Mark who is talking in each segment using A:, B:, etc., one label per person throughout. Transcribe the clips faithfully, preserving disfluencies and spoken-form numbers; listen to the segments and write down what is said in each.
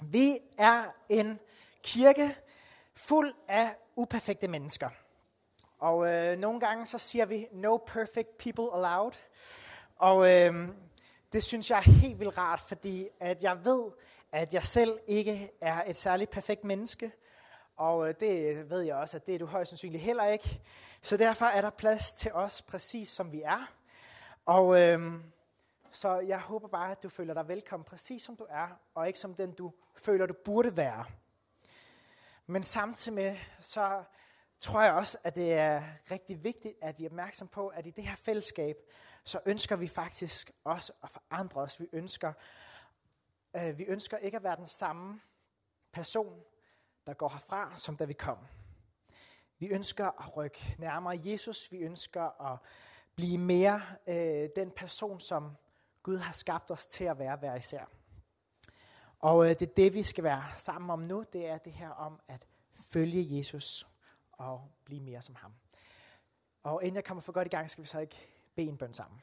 A: Vi er en kirke fuld af uperfekte mennesker. Og øh, nogle gange så siger vi, no perfect people allowed. Og øh, det synes jeg er helt vildt rart, fordi at jeg ved, at jeg selv ikke er et særligt perfekt menneske. Og øh, det ved jeg også, at det er du højst sandsynligt heller ikke. Så derfor er der plads til os præcis som vi er. Og øh, så jeg håber bare, at du føler dig velkommen præcis som du er, og ikke som den du føler du burde være. Men samtidig med, så tror jeg også, at det er rigtig vigtigt, at vi er opmærksom på, at i det her fællesskab, så ønsker vi faktisk også at forandre os. Vi ønsker, øh, vi ønsker ikke at være den samme person, der går herfra, som da vi kom. Vi ønsker at rykke nærmere Jesus. Vi ønsker at blive mere øh, den person, som Gud har skabt os til at være hver især. Og øh, det er det, vi skal være sammen om nu. Det er det her om at følge Jesus og blive mere som ham. Og inden jeg kommer for godt i gang, skal vi så ikke bede en bøn sammen.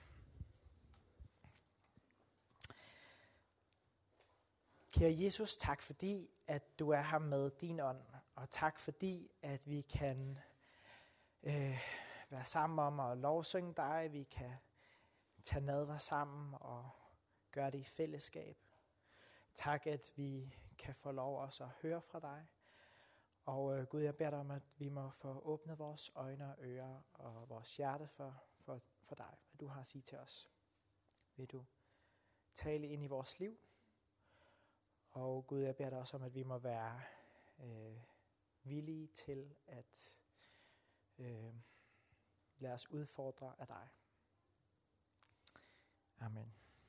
A: Kære Jesus, tak fordi, at du er her med din ånd. Og tak fordi, at vi kan øh, være sammen om at lovsynge dig. Vi kan tage nadver sammen og gøre det i fællesskab. Tak, at vi kan få lov også at høre fra dig. Og øh, Gud, jeg beder dig om, at vi må få åbnet vores øjne og ører og vores hjerte for, for, for dig, hvad du har at sige til os. Vil du tale ind i vores liv? Og Gud, jeg beder dig også om, at vi må være øh, villige til at øh, lade os udfordre af dig. Amen.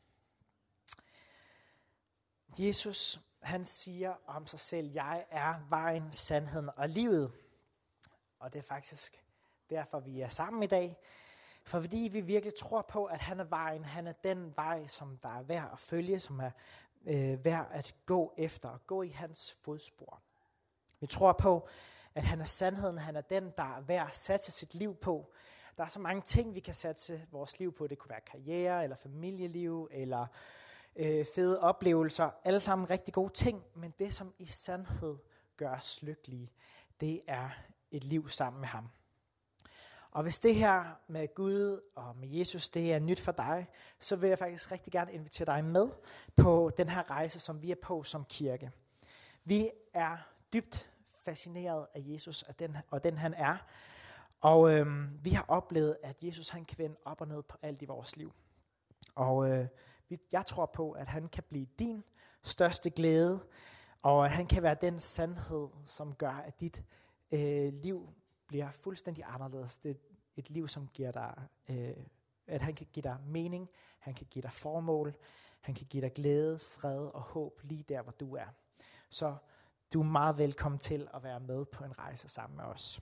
A: Jesus, han siger om sig selv, jeg er vejen, sandheden og livet. Og det er faktisk derfor, vi er sammen i dag. For fordi vi virkelig tror på, at han er vejen, han er den vej, som der er værd at følge, som er øh, værd at gå efter og gå i hans fodspor. Vi tror på, at han er sandheden, han er den, der er værd at satse sit liv på. Der er så mange ting, vi kan satse vores liv på. Det kunne være karriere, eller familieliv, eller øh, fede oplevelser. Alle sammen rigtig gode ting, men det, som i sandhed gør os lykkelige, det er et liv sammen med ham. Og hvis det her med Gud og med Jesus, det er nyt for dig, så vil jeg faktisk rigtig gerne invitere dig med på den her rejse, som vi er på som kirke. Vi er dybt fascineret af Jesus og den, og den han er. Og øhm, vi har oplevet, at Jesus han kan vende op og ned på alt i vores liv. Og øh, vi, jeg tror på, at han kan blive din største glæde, og at han kan være den sandhed, som gør, at dit øh, liv bliver fuldstændig anderledes. Det er et liv, som giver dig, øh, at han kan give dig mening, han kan give dig formål, han kan give dig glæde, fred og håb lige der, hvor du er. Så du er meget velkommen til at være med på en rejse sammen med os.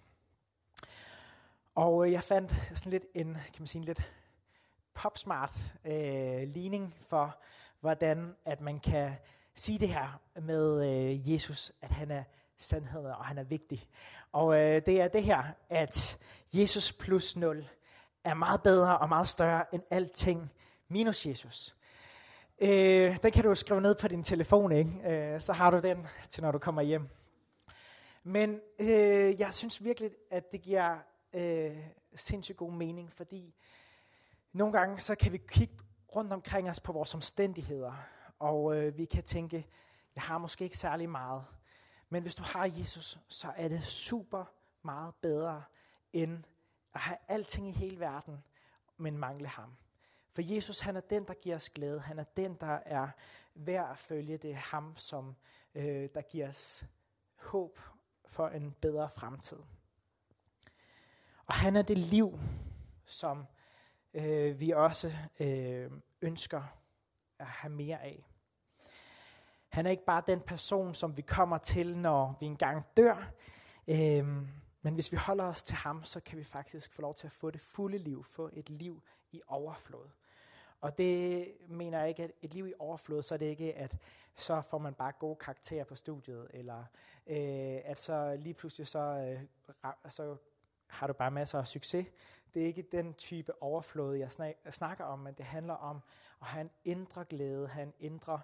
A: Og jeg fandt sådan lidt en, kan man sige, en lidt popsmart øh, ligning for, hvordan at man kan sige det her med øh, Jesus, at han er sandheden, og han er vigtig. Og øh, det er det her, at Jesus plus nul er meget bedre og meget større end alting minus Jesus. Øh, den kan du skrive ned på din telefon, ikke? Øh, så har du den til når du kommer hjem. Men øh, jeg synes virkelig, at det giver øh, sindssygt god mening, fordi nogle gange så kan vi kigge rundt omkring os på vores omstændigheder, og øh, vi kan tænke, jeg har måske ikke særlig meget. Men hvis du har Jesus, så er det super meget bedre, end at have alting i hele verden, men mangle ham. For Jesus, han er den, der giver os glæde. Han er den, der er værd at følge. Det er ham, som øh, der giver os håb for en bedre fremtid. Og han er det liv, som øh, vi også øh, ønsker at have mere af. Han er ikke bare den person, som vi kommer til, når vi engang dør. Øhm, men hvis vi holder os til ham, så kan vi faktisk få lov til at få det fulde liv. Få et liv i overflod. Og det mener jeg ikke, at et liv i overflod, så er det ikke, at så får man bare gode karakterer på studiet. Eller øh, at så lige pludselig så, øh, så har du bare masser af succes. Det er ikke den type overflod, jeg snakker om, men det handler om at have en indre glæde, have en indre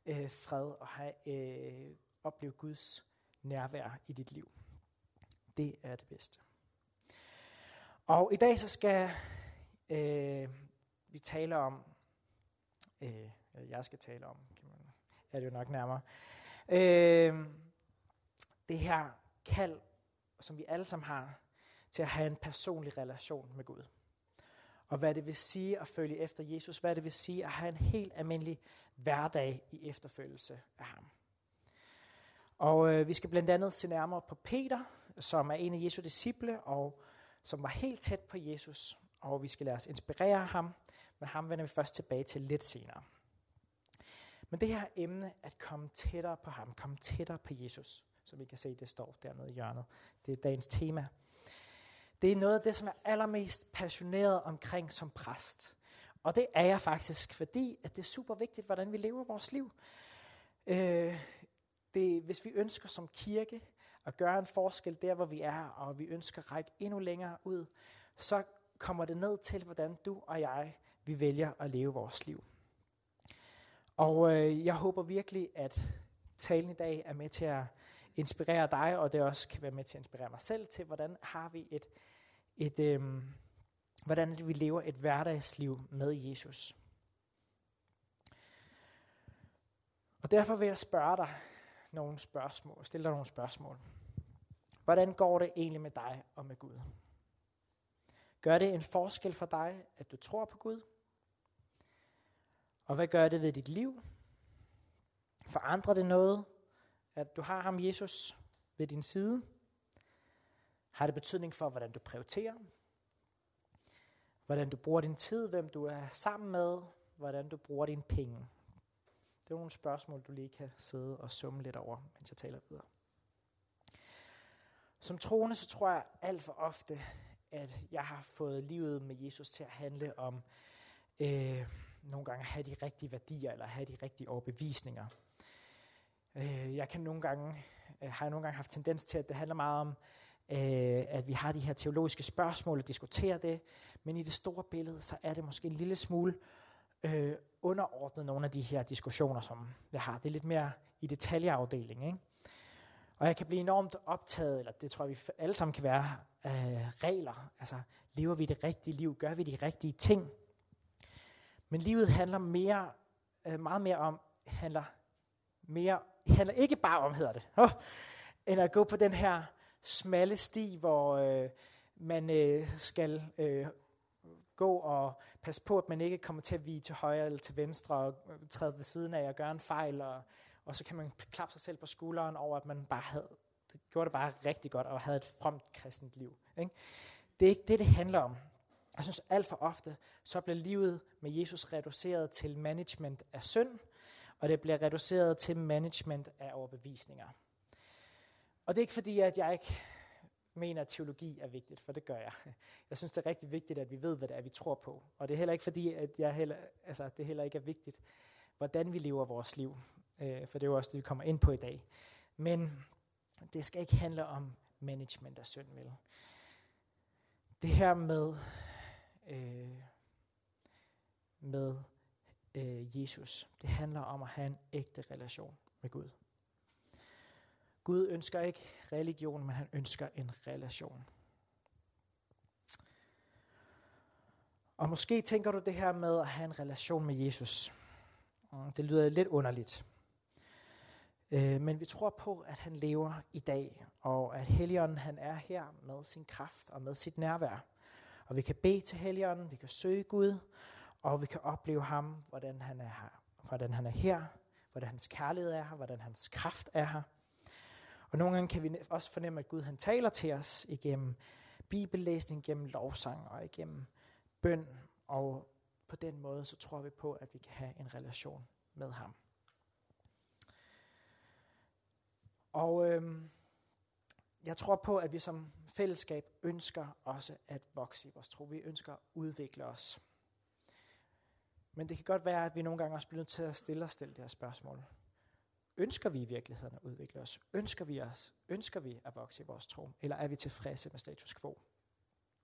A: øh, fred og have, øh, opleve Guds nærvær i dit liv. Det er det bedste. Og i dag så skal øh, vi tale om, øh, jeg skal tale om, kan man, er det jo nok nærmere, øh, det her kald, som vi alle sammen har, til at have en personlig relation med Gud. Og hvad det vil sige at følge efter Jesus, hvad det vil sige at have en helt almindelig hverdag i efterfølgelse af ham. Og øh, vi skal blandt andet se nærmere på Peter, som er en af Jesu disciple, og som var helt tæt på Jesus, og vi skal lade os inspirere ham, men ham vender vi først tilbage til lidt senere. Men det her emne, at komme tættere på ham, komme tættere på Jesus, som vi kan se, det står dernede i hjørnet, det er dagens tema. Det er noget af det, som jeg er allermest passioneret omkring som præst. Og det er jeg faktisk, fordi at det er super vigtigt, hvordan vi lever vores liv. Øh, det, hvis vi ønsker som kirke at gøre en forskel der, hvor vi er, og vi ønsker at række endnu længere ud, så kommer det ned til, hvordan du og jeg, vi vælger at leve vores liv. Og øh, jeg håber virkelig, at talen i dag er med til at inspirere dig, og det også kan være med til at inspirere mig selv til, hvordan har vi et, et øh, hvordan vi lever et hverdagsliv med Jesus. Og derfor vil jeg spørge dig nogle spørgsmål, stille dig nogle spørgsmål. Hvordan går det egentlig med dig og med Gud? Gør det en forskel for dig, at du tror på Gud? Og hvad gør det ved dit liv? Forandrer det noget, at du har ham, Jesus, ved din side? Har det betydning for, hvordan du prioriterer? Hvordan du bruger din tid, hvem du er sammen med, hvordan du bruger dine penge? Det er nogle spørgsmål, du lige kan sidde og summe lidt over, mens jeg taler videre. Som troende, så tror jeg alt for ofte, at jeg har fået livet med Jesus til at handle om øh, nogle gange at have de rigtige værdier, eller have de rigtige overbevisninger. Øh, jeg kan nogle gange, øh, har jeg nogle gange haft tendens til, at det handler meget om, øh, at vi har de her teologiske spørgsmål og diskuterer det, men i det store billede, så er det måske en lille smule øh, underordnet nogle af de her diskussioner, som jeg har. Det er lidt mere i detaljeafdelingen, ikke? Og jeg kan blive enormt optaget, eller det tror jeg, vi alle sammen kan være, øh, regler. Altså, lever vi det rigtige liv? Gør vi de rigtige ting? Men livet handler mere, øh, meget mere om, handler, mere, handler ikke bare om, hedder det, oh, end at gå på den her smalle sti, hvor øh, man øh, skal øh, gå og passe på, at man ikke kommer til at vige til højre eller til venstre, og træde ved siden af og gøre en fejl, og, og så kan man klappe sig selv på skulderen over, at man bare havde, det gjorde det bare rigtig godt, og havde et fromt kristent liv. Ikke? Det er ikke det, det handler om. Jeg synes alt for ofte, så bliver livet med Jesus reduceret til management af synd, og det bliver reduceret til management af overbevisninger. Og det er ikke fordi, at jeg ikke mener, at teologi er vigtigt, for det gør jeg. Jeg synes, det er rigtig vigtigt, at vi ved, hvad det er, vi tror på. Og det er heller ikke fordi, at jeg heller, altså, det heller ikke er vigtigt, hvordan vi lever vores liv. Øh, for det er jo også det, vi kommer ind på i dag. Men det skal ikke handle om management af synd, vel? Det her med, øh, med øh, Jesus, det handler om at have en ægte relation med Gud. Gud ønsker ikke religion, men han ønsker en relation. Og måske tænker du det her med at have en relation med Jesus. Det lyder lidt underligt. Men vi tror på, at han lever i dag, og at Helligånden han er her med sin kraft og med sit nærvær. Og vi kan bede til Helligånden, vi kan søge Gud, og vi kan opleve ham, hvordan han er her, hvordan han er her, hvordan hans kærlighed er her, hvordan hans kraft er her. Og nogle gange kan vi også fornemme, at Gud han taler til os igennem bibellæsning, igennem lovsang og igennem bøn. Og på den måde, så tror vi på, at vi kan have en relation med ham. Og øhm, jeg tror på, at vi som fællesskab ønsker også at vokse i vores tro. Vi ønsker at udvikle os. Men det kan godt være, at vi nogle gange også bliver nødt til at stille os stille det her spørgsmål. Ønsker vi i virkeligheden at udvikle os? Ønsker vi os? Ønsker vi at vokse i vores tro? Eller er vi tilfredse med status quo?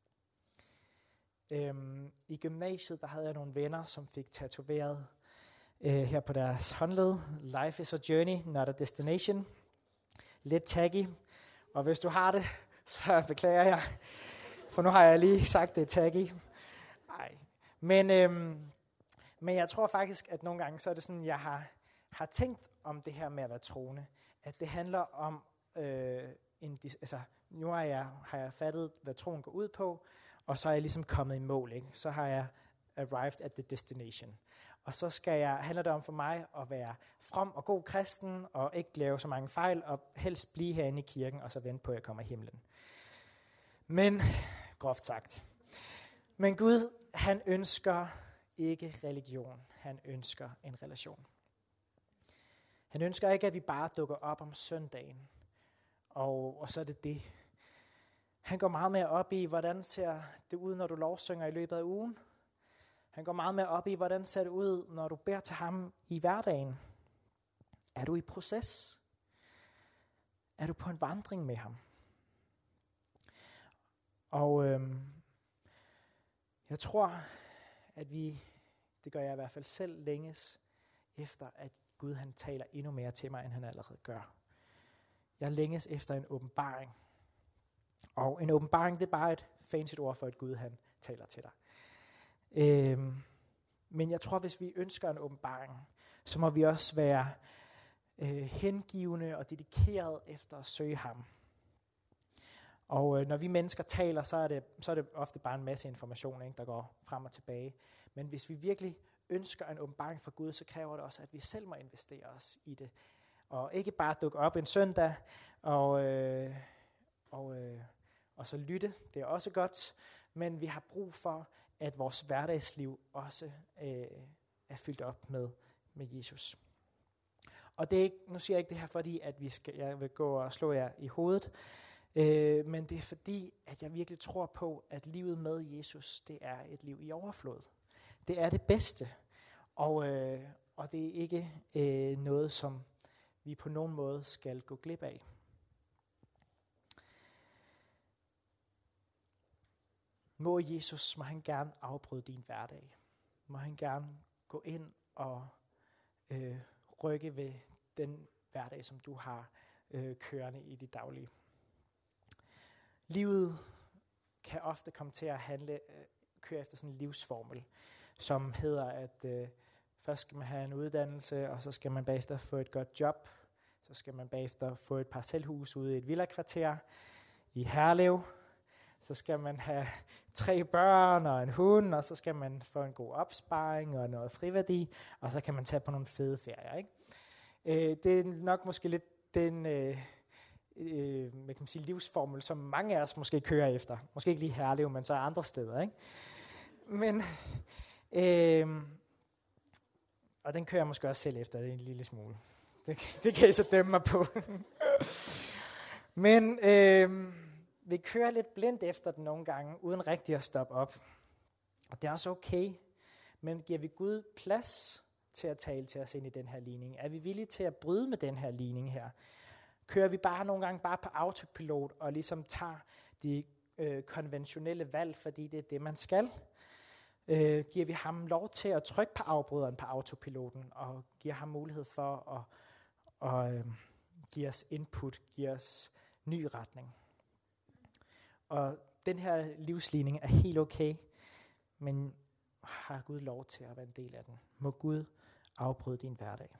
A: Øhm, I gymnasiet der havde jeg nogle venner, som fik tatoveret øh, her på deres håndled. Life is a journey, not a destination. Lidt taggy. Og hvis du har det, så beklager jeg. For nu har jeg lige sagt, det er taggy. Ej. Men, øhm, men jeg tror faktisk, at nogle gange, så er det sådan, jeg har, har tænkt om det her med at være troende. At det handler om, øh, en, altså nu har jeg, har jeg fattet, hvad troen går ud på, og så er jeg ligesom kommet i mål, ikke? Så har jeg arrived at the destination. Og så skal jeg, handler det om for mig at være from og god kristen, og ikke lave så mange fejl, og helst blive herinde i kirken, og så vente på, at jeg kommer i himlen. Men, groft sagt. Men Gud, han ønsker ikke religion. Han ønsker en relation. Han ønsker ikke, at vi bare dukker op om søndagen, og, og så er det det. Han går meget mere op i, hvordan ser det ud, når du lovsynger i løbet af ugen. Han går meget mere op i, hvordan ser det ud, når du beder til ham i hverdagen. Er du i proces? Er du på en vandring med ham? Og øhm, jeg tror, at vi, det gør jeg i hvert fald selv, længes efter, at Gud han taler endnu mere til mig, end han allerede gør. Jeg længes efter en åbenbaring. Og en åbenbaring, det er bare et fancy ord for, at Gud han taler til dig. Øhm, men jeg tror, hvis vi ønsker en åbenbaring, så må vi også være øh, hengivende og dedikeret efter at søge ham. Og øh, når vi mennesker taler, så er, det, så er det ofte bare en masse information, ikke, der går frem og tilbage. Men hvis vi virkelig ønsker en åbenbaring fra Gud, så kræver det også, at vi selv må investere os i det. Og ikke bare dukke op en søndag og, øh, og, øh, og så lytte, det er også godt. Men vi har brug for, at vores hverdagsliv også øh, er fyldt op med, med Jesus. Og det er ikke, nu siger jeg ikke det her, fordi at vi skal, jeg vil gå og slå jer i hovedet, øh, men det er fordi, at jeg virkelig tror på, at livet med Jesus, det er et liv i overflod. Det er det bedste, og, øh, og det er ikke øh, noget, som vi på nogen måde skal gå glip af. Må Jesus, må han gerne afbryde din hverdag. Må han gerne gå ind og øh, rykke ved den hverdag, som du har øh, kørende i dit daglige. Livet kan ofte komme til at handle, øh, køre efter sådan en livsformel, som hedder, at øh, først skal man have en uddannelse, og så skal man bagefter få et godt job. Så skal man bagefter få et parcelhus ude i et villakvarter i Herlev. Så skal man have tre børn og en hund, og så skal man få en god opsparing og noget friværdi, og så kan man tage på nogle fede ferier, ikke? Øh, det er nok måske lidt den øh, øh, hvad kan man sige, livsformel, som mange af os måske kører efter. Måske ikke lige Herlev, men så andre steder, ikke? Men, øh, og den kører jeg måske også selv efter, det er en lille smule. Det, det kan I så dømme mig på. Men øh, vi kører lidt blindt efter den nogle gange, uden rigtig at stoppe op. Og det er også okay. Men giver vi Gud plads til at tale til os ind i den her ligning? Er vi villige til at bryde med den her ligning her? Kører vi bare nogle gange bare på autopilot og ligesom tager de øh, konventionelle valg, fordi det er det, man skal? Øh, giver vi ham lov til at trykke på afbryderen på autopiloten, og giver ham mulighed for at og, øh, give os input, give os ny retning? Og den her livsligning er helt okay, men har Gud lov til at være en del af den? Må Gud afbryde din hverdag?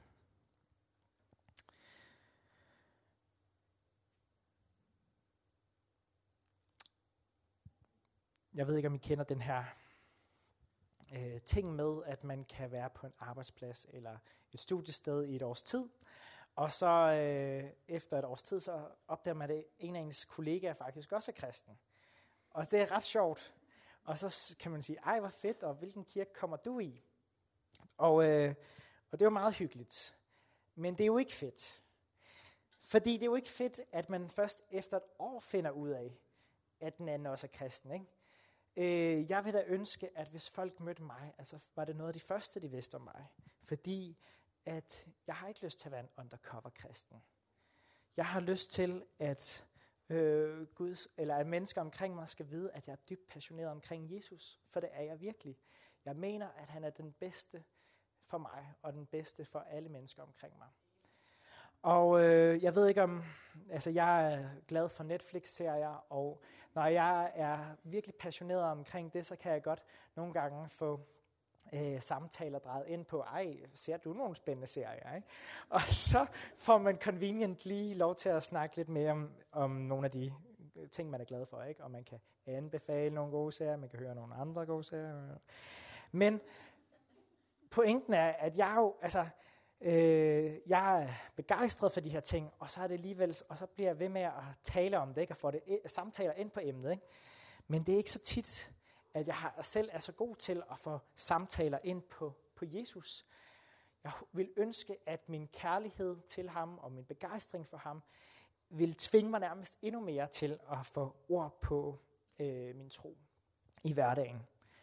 A: Jeg ved ikke, om I kender den her øh, ting med, at man kan være på en arbejdsplads eller et studiested i et års tid, og så øh, efter et års tid, så opdager man, at en af ens kollegaer faktisk også er kristen. Og det er ret sjovt. Og så kan man sige, ej hvor fedt, og hvilken kirke kommer du i? Og, øh, og det er jo meget hyggeligt. Men det er jo ikke fedt. Fordi det er jo ikke fedt, at man først efter et år finder ud af, at den anden også er kristen, ikke? Øh, jeg vil da ønske, at hvis folk mødte mig, altså var det noget af de første, de vidste om mig. Fordi at jeg har ikke lyst til at være en undercover kristen. Jeg har lyst til, at øh, Guds, eller at mennesker omkring mig skal vide, at jeg er dybt passioneret omkring Jesus. For det er jeg virkelig. Jeg mener, at han er den bedste for mig, og den bedste for alle mennesker omkring mig. Og øh, jeg ved ikke om, altså jeg er glad for Netflix-serier, og når jeg er virkelig passioneret omkring det, så kan jeg godt nogle gange få øh, samtaler drejet ind på, ej, ser du nogle spændende serier, ikke? Og så får man convenient lige lov til at snakke lidt mere om, om nogle af de ting, man er glad for, ikke? Og man kan anbefale nogle gode serier, man kan høre nogle andre gode serier. Men pointen er, at jeg jo, altså, øh, jeg er begejstret for de her ting, og så er det alligevel, og så bliver jeg ved med at tale om det, ikke? Og få det samtaler ind på emnet, ikke? Men det er ikke så tit, at jeg har, selv er så god til at få samtaler ind på, på Jesus. Jeg vil ønske, at min kærlighed til ham og min begejstring for ham vil tvinge mig nærmest endnu mere til at få ord på øh, min tro i hverdagen.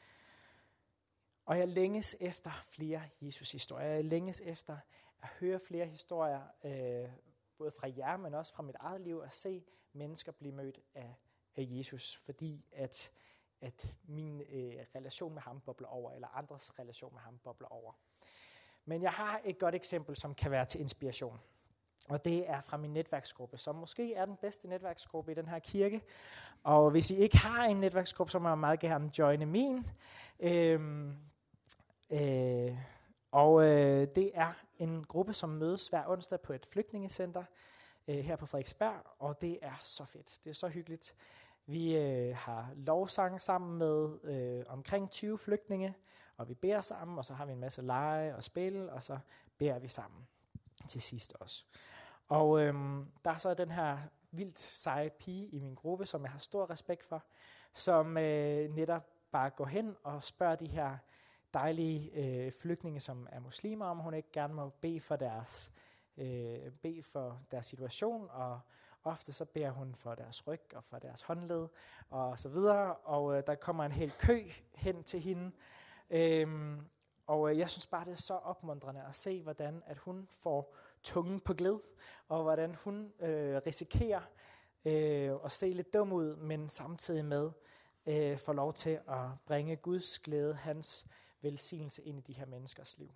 A: Og jeg længes efter flere Jesus-historier. Jeg længes efter at høre flere historier, øh, både fra jer, men også fra mit eget liv, at se mennesker blive mødt af, af Jesus, fordi at, at min øh, relation med ham bobler over, eller andres relation med ham bobler over. Men jeg har et godt eksempel, som kan være til inspiration. Og det er fra min netværksgruppe, som måske er den bedste netværksgruppe i den her kirke. Og hvis I ikke har en netværksgruppe, så må jeg meget gerne joine min. Øhm, øh, og øh, det er en gruppe, som mødes hver onsdag på et flygtningecenter øh, her på Frederiksberg. Og det er så fedt. Det er så hyggeligt. Vi øh, har lovsang sammen med øh, omkring tyve flygtninge, og vi beder sammen, og så har vi en masse lege og spil, og så beder vi sammen til sidst også. Og øhm, der er så den her vildt seje pige i min gruppe, som jeg har stor respekt for, som øh, netop bare går hen og spørger de her dejlige øh, flygtninge, som er muslimer, om hun ikke gerne må bede for deres, øh, bede for deres situation, og ofte så beder hun for deres ryg og for deres håndled og så videre, og øh, der kommer en hel kø hen til hende. Øhm, og øh, jeg synes bare, det er så opmuntrende at se, hvordan at hun får tungen på gled, og hvordan hun øh, risikerer øh, at se lidt dum ud, men samtidig med øh, får lov til at bringe Guds glæde, hans velsignelse ind i de her menneskers liv.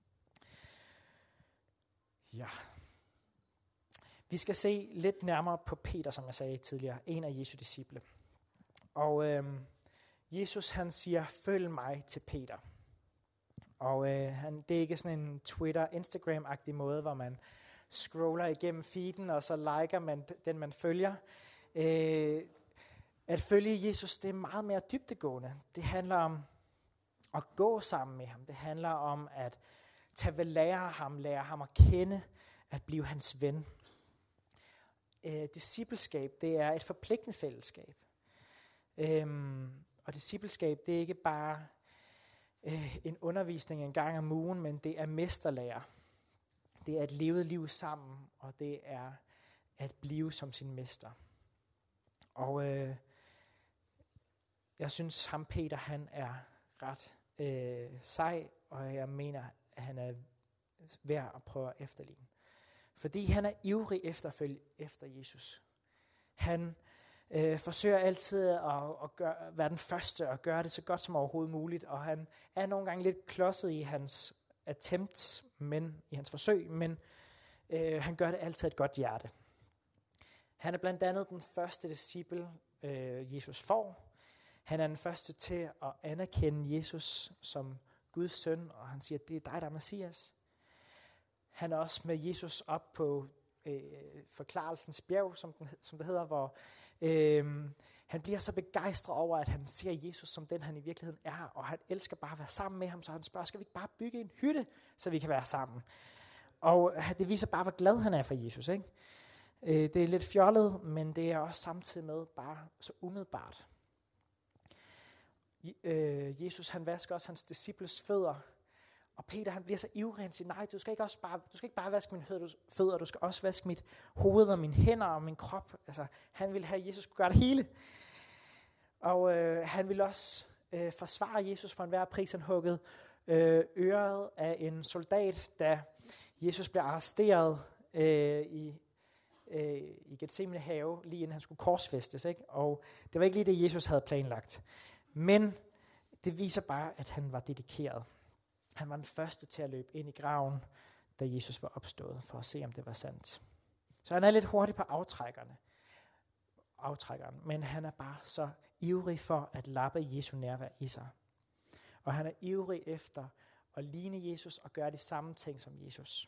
A: Ja. Vi skal se lidt nærmere på Peter, som jeg sagde tidligere, en af Jesu disciple. Og øh, Jesus han siger, følg mig til Peter. Og øh, han, det er ikke sådan en Twitter, Instagram-agtig måde, hvor man scroller igennem feeden, og så liker man den, man følger. Øh, at følge Jesus, det er meget mere dybdegående. Det handler om at gå sammen med ham. Det handler om at tage ved lære ham, lære ham at kende, at blive hans ven. Øh, discipleskab, det er et forpligtende fællesskab. Øh, og discipleskab, det er ikke bare en undervisning en gang om ugen, men det er mesterlære. Det er at leve liv sammen, og det er at blive som sin mester. Og øh, jeg synes, ham Peter, han er ret øh, sej, og jeg mener, at han er værd at prøve at efterligne. Fordi han er ivrig efterfølge efter Jesus. Han Øh, forsøger altid at, at gøre, være den første og gøre det så godt som overhovedet muligt, og han er nogle gange lidt klodset i hans attempts, men i hans forsøg, men øh, han gør det altid et godt hjerte. Han er blandt andet den første disciple, øh, Jesus får. Han er den første til at anerkende Jesus som Guds søn, og han siger, at det er dig, der er Messias. Han er også med Jesus op på øh, forklarelsens bjerg, som, den, som det hedder, hvor Øhm, han bliver så begejstret over, at han ser Jesus som den, han i virkeligheden er, og han elsker bare at være sammen med ham, så han spørger, skal vi ikke bare bygge en hytte, så vi kan være sammen? Og det viser bare, hvor glad han er for Jesus, ikke? Øh, det er lidt fjollet, men det er også samtidig med bare så umiddelbart. Øh, Jesus, han vasker også hans disciples fødder, og Peter, han bliver så ivrig, han siger, nej, du skal ikke, også bare, du skal ikke bare vaske mine fødder, du skal også vaske mit hoved og mine hænder og min krop. Altså, han ville have, at Jesus skulle gøre det hele. Og øh, han ville også øh, forsvare Jesus for enhver pris. Han huggede øh, øret af en soldat, da Jesus blev arresteret øh, i, øh, i Getsemane have, lige inden han skulle korsfæstes. Ikke? Og det var ikke lige det, Jesus havde planlagt. Men det viser bare, at han var dedikeret. Han var den første til at løbe ind i graven, da Jesus var opstået, for at se, om det var sandt. Så han er lidt hurtig på aftrækkerne. aftrækkeren, men han er bare så ivrig for at lappe Jesu nærvær i sig. Og han er ivrig efter at ligne Jesus og gøre de samme ting som Jesus.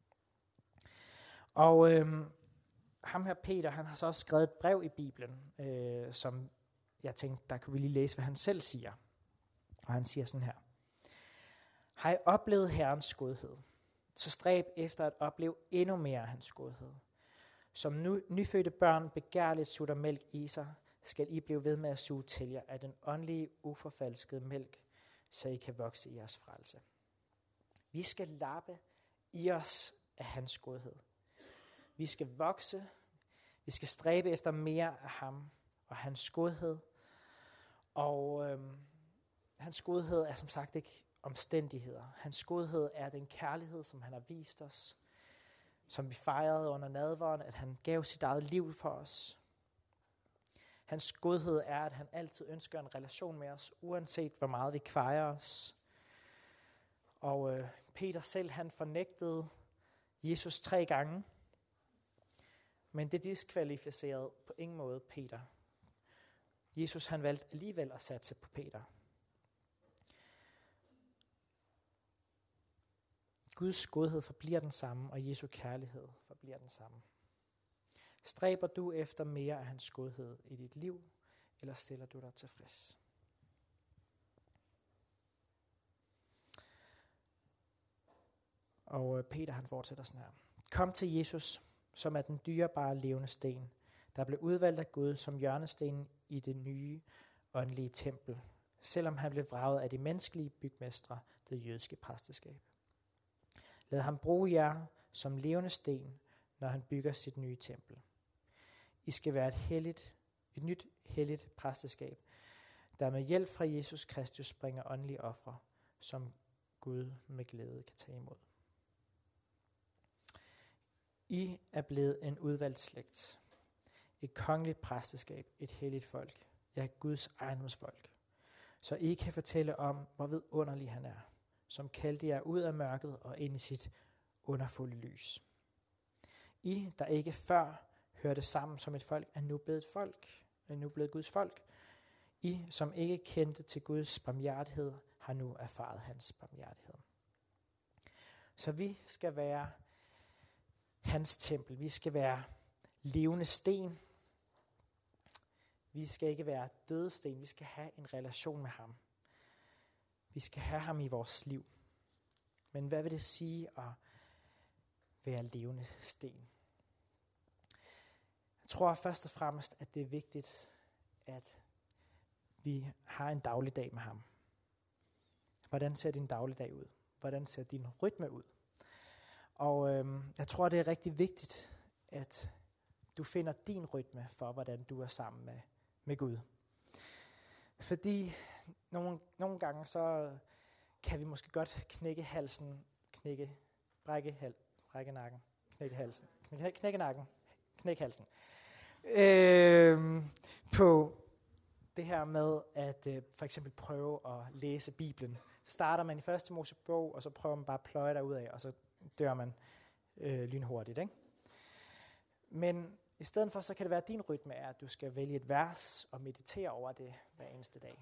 A: Og øhm, ham her Peter, han har så også skrevet et brev i Bibelen, øh, som jeg tænkte, der kunne vi lige læse, hvad han selv siger. Og han siger sådan her. Har I oplevet Herrens godhed, så stræb efter at opleve endnu mere af hans godhed. Som nu, nyfødte børn begærligt sutter mælk i sig, skal I blive ved med at suge til jer af den åndelige, uforfalskede mælk, så I kan vokse i jeres frelse. Vi skal lappe i os af hans godhed. Vi skal vokse, vi skal stræbe efter mere af ham og hans godhed. Og øhm, hans godhed er som sagt ikke omstændigheder. Hans godhed er den kærlighed, som han har vist os, som vi fejrede under nadveren, at han gav sit eget liv for os. Hans godhed er, at han altid ønsker en relation med os, uanset hvor meget vi kvejer os. Og øh, Peter selv, han fornægtede Jesus tre gange, men det diskvalificerede på ingen måde Peter. Jesus, han valgte alligevel at satse på Peter. Guds godhed forbliver den samme, og Jesu kærlighed forbliver den samme. Stræber du efter mere af hans godhed i dit liv, eller stiller du dig tilfreds? Og Peter han fortsætter sådan her. Kom til Jesus, som er den dyrebare levende sten, der blev udvalgt af Gud som hjørnestenen i det nye åndelige tempel, selvom han blev vraget af de menneskelige bygmestre, det jødiske præsteskab. Lad ham bruge jer som levende sten, når han bygger sit nye tempel. I skal være et, helligt, et nyt helligt præsteskab, der med hjælp fra Jesus Kristus bringer åndelige ofre, som Gud med glæde kan tage imod. I er blevet en udvalgt slægt, et kongeligt præsteskab, et helligt folk, ja, Guds ejendomsfolk, så I kan fortælle om, hvor vidunderlig han er, som kaldte jer ud af mørket og ind i sit underfulde lys. I, der ikke før hørte sammen som et folk, er nu blevet et folk, er nu blevet Guds folk. I, som ikke kendte til Guds barmhjertighed, har nu erfaret hans barmhjertighed. Så vi skal være hans tempel. Vi skal være levende sten. Vi skal ikke være døde sten. Vi skal have en relation med ham. Vi skal have ham i vores liv. Men hvad vil det sige at være levende sten? Jeg tror først og fremmest, at det er vigtigt, at vi har en dagligdag med ham. Hvordan ser din dagligdag ud? Hvordan ser din rytme ud? Og øhm, jeg tror, det er rigtig vigtigt, at du finder din rytme for, hvordan du er sammen med, med Gud. Fordi nogle, nogle gange, så kan vi måske godt knække halsen, knække, brække, hal, brække nakken, knække halsen, knække, knække nakken, knække halsen. Øh, på det her med at øh, for eksempel prøve at læse Bibelen. Så starter man i første Mosebog, og så prøver man bare at pløje derud af, og så dør man øh, lynhurtigt, ikke? Men i stedet for, så kan det være, at din rytme er, at du skal vælge et vers og meditere over det hver eneste dag.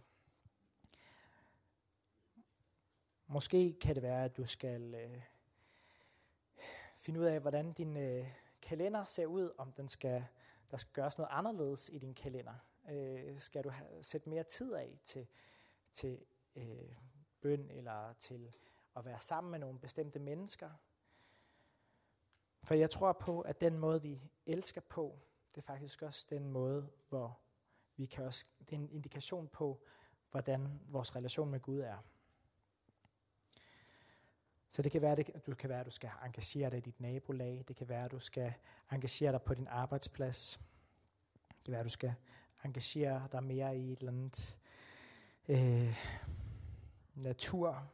A: Måske kan det være, at du skal øh, finde ud af, hvordan din øh, kalender ser ud, om den skal, der skal gøres noget anderledes i din kalender. Øh, skal du have, sætte mere tid af til, til øh, bøn eller til at være sammen med nogle bestemte mennesker? For jeg tror på, at den måde, vi elsker på, det er faktisk også den måde, hvor vi kan også, det er en indikation på, hvordan vores relation med Gud er. Så det kan være, at du kan være, at du skal engagere dig i dit nabolag. Det kan være, at du skal engagere dig på din arbejdsplads. Det kan være, at du skal engagere dig mere i et eller andet øh, natur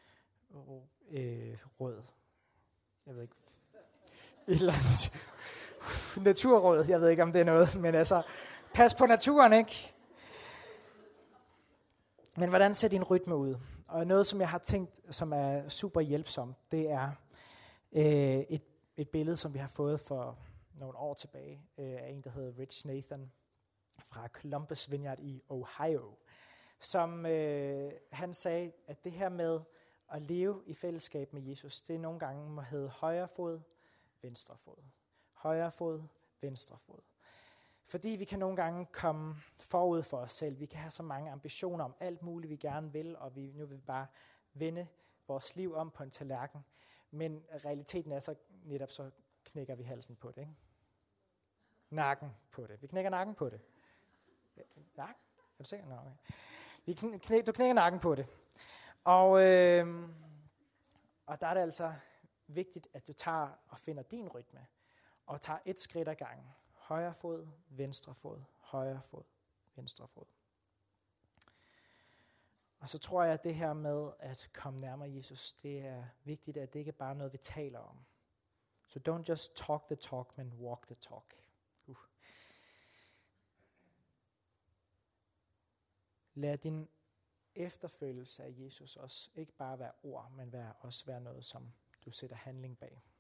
A: øh, råd. Jeg ved ikke. Et eller andet naturråd. Jeg ved ikke, om det er noget, men altså, pas på naturen, ikke? Men hvordan ser din rytme ud? og noget, som jeg har tænkt, som er super hjælpsomt, det er øh, et, et billede, som vi har fået for nogle år tilbage, øh, af en, der hedder Rich Nathan fra Columbus Vineyard i Ohio, som øh, han sagde, at det her med at leve i fællesskab med Jesus, det nogle gange må hedde højre fod, venstre fod. Højre fod, venstre fod. Fordi vi kan nogle gange komme forud for os selv. Vi kan have så mange ambitioner om alt muligt, vi gerne vil, og vi, nu vil vi bare vende vores liv om på en tallerken. Men realiteten er så netop, så knækker vi halsen på det, ikke? Nakken på det. Vi knækker nakken på det. Nakken? Er du sikker? Nå, okay. Vi knæ, du knækker nakken på det. Og, øh, og der er det altså vigtigt, at du tager og finder din rytme, og tager et skridt ad gangen. Højre fod, venstre fod, højre fod, venstre fod. Og så tror jeg, at det her med at komme nærmere Jesus, det er vigtigt, at det ikke bare er noget, vi taler om. Så so don't just talk the talk, men walk the talk. Uh. Lad din efterfølgelse af Jesus også ikke bare være ord, men være, også være noget, som du sætter handling bag.